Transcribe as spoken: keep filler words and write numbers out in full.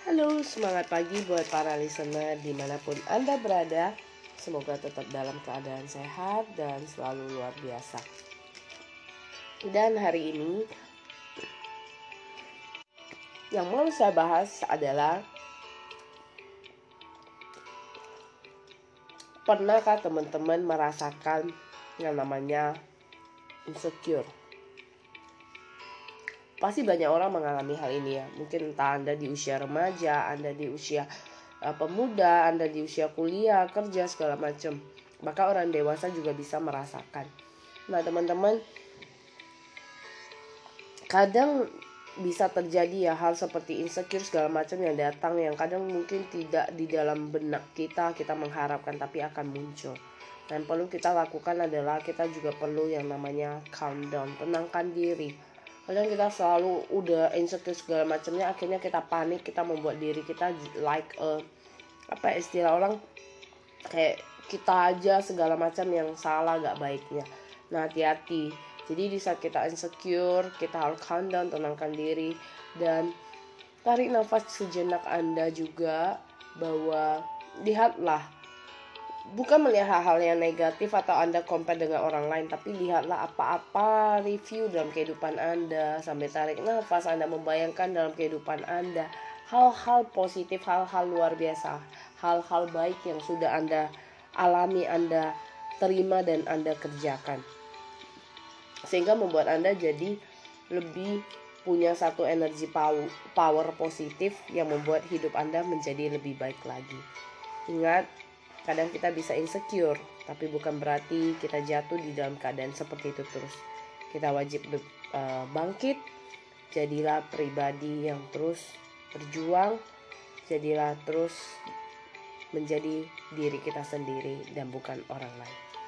Halo, semangat pagi buat para listener dimanapun Anda berada. Semoga tetap dalam keadaan sehat dan selalu luar biasa. Dan hari ini yang mau saya bahas adalah, pernahkah teman-teman merasakan yang namanya insecure? Pasti banyak orang mengalami hal ini ya. Mungkin entah Anda di usia remaja, Anda di usia uh, pemuda, Anda di usia kuliah, kerja, segala macam. Maka orang dewasa juga bisa merasakan. Nah teman-teman, kadang bisa terjadi ya hal seperti insecure segala macam yang datang, yang kadang mungkin tidak di dalam benak kita kita mengharapkan, tapi akan muncul. Dan perlu kita lakukan adalah kita juga perlu yang namanya calm down, tenangkan diri. Kadang kita selalu udah insecure segala macamnya, akhirnya kita panik, kita membuat diri kita like a, apa istilah orang, kayak kita aja segala macam yang salah gak baiknya. Nah hati-hati. Jadi di saat kita insecure, kita harus calm down, tenangkan diri, dan tarik nafas sejenak Anda juga, bahwa lihatlah, bukan melihat hal-hal yang negatif atau Anda compare dengan orang lain, tapi lihatlah apa-apa review dalam kehidupan Anda, sampai tarik nafas, Anda membayangkan dalam kehidupan Anda hal-hal positif, hal-hal luar biasa, hal-hal baik yang sudah Anda alami, Anda terima dan Anda kerjakan, sehingga membuat Anda jadi lebih punya satu energi power, power positif yang membuat hidup Anda menjadi lebih baik lagi. Ingat, kadang kita bisa insecure, tapi bukan berarti kita jatuh di dalam keadaan seperti itu terus. Kita wajib uh, bangkit, jadilah pribadi yang terus berjuang, jadilah terus menjadi diri kita sendiri dan bukan orang lain.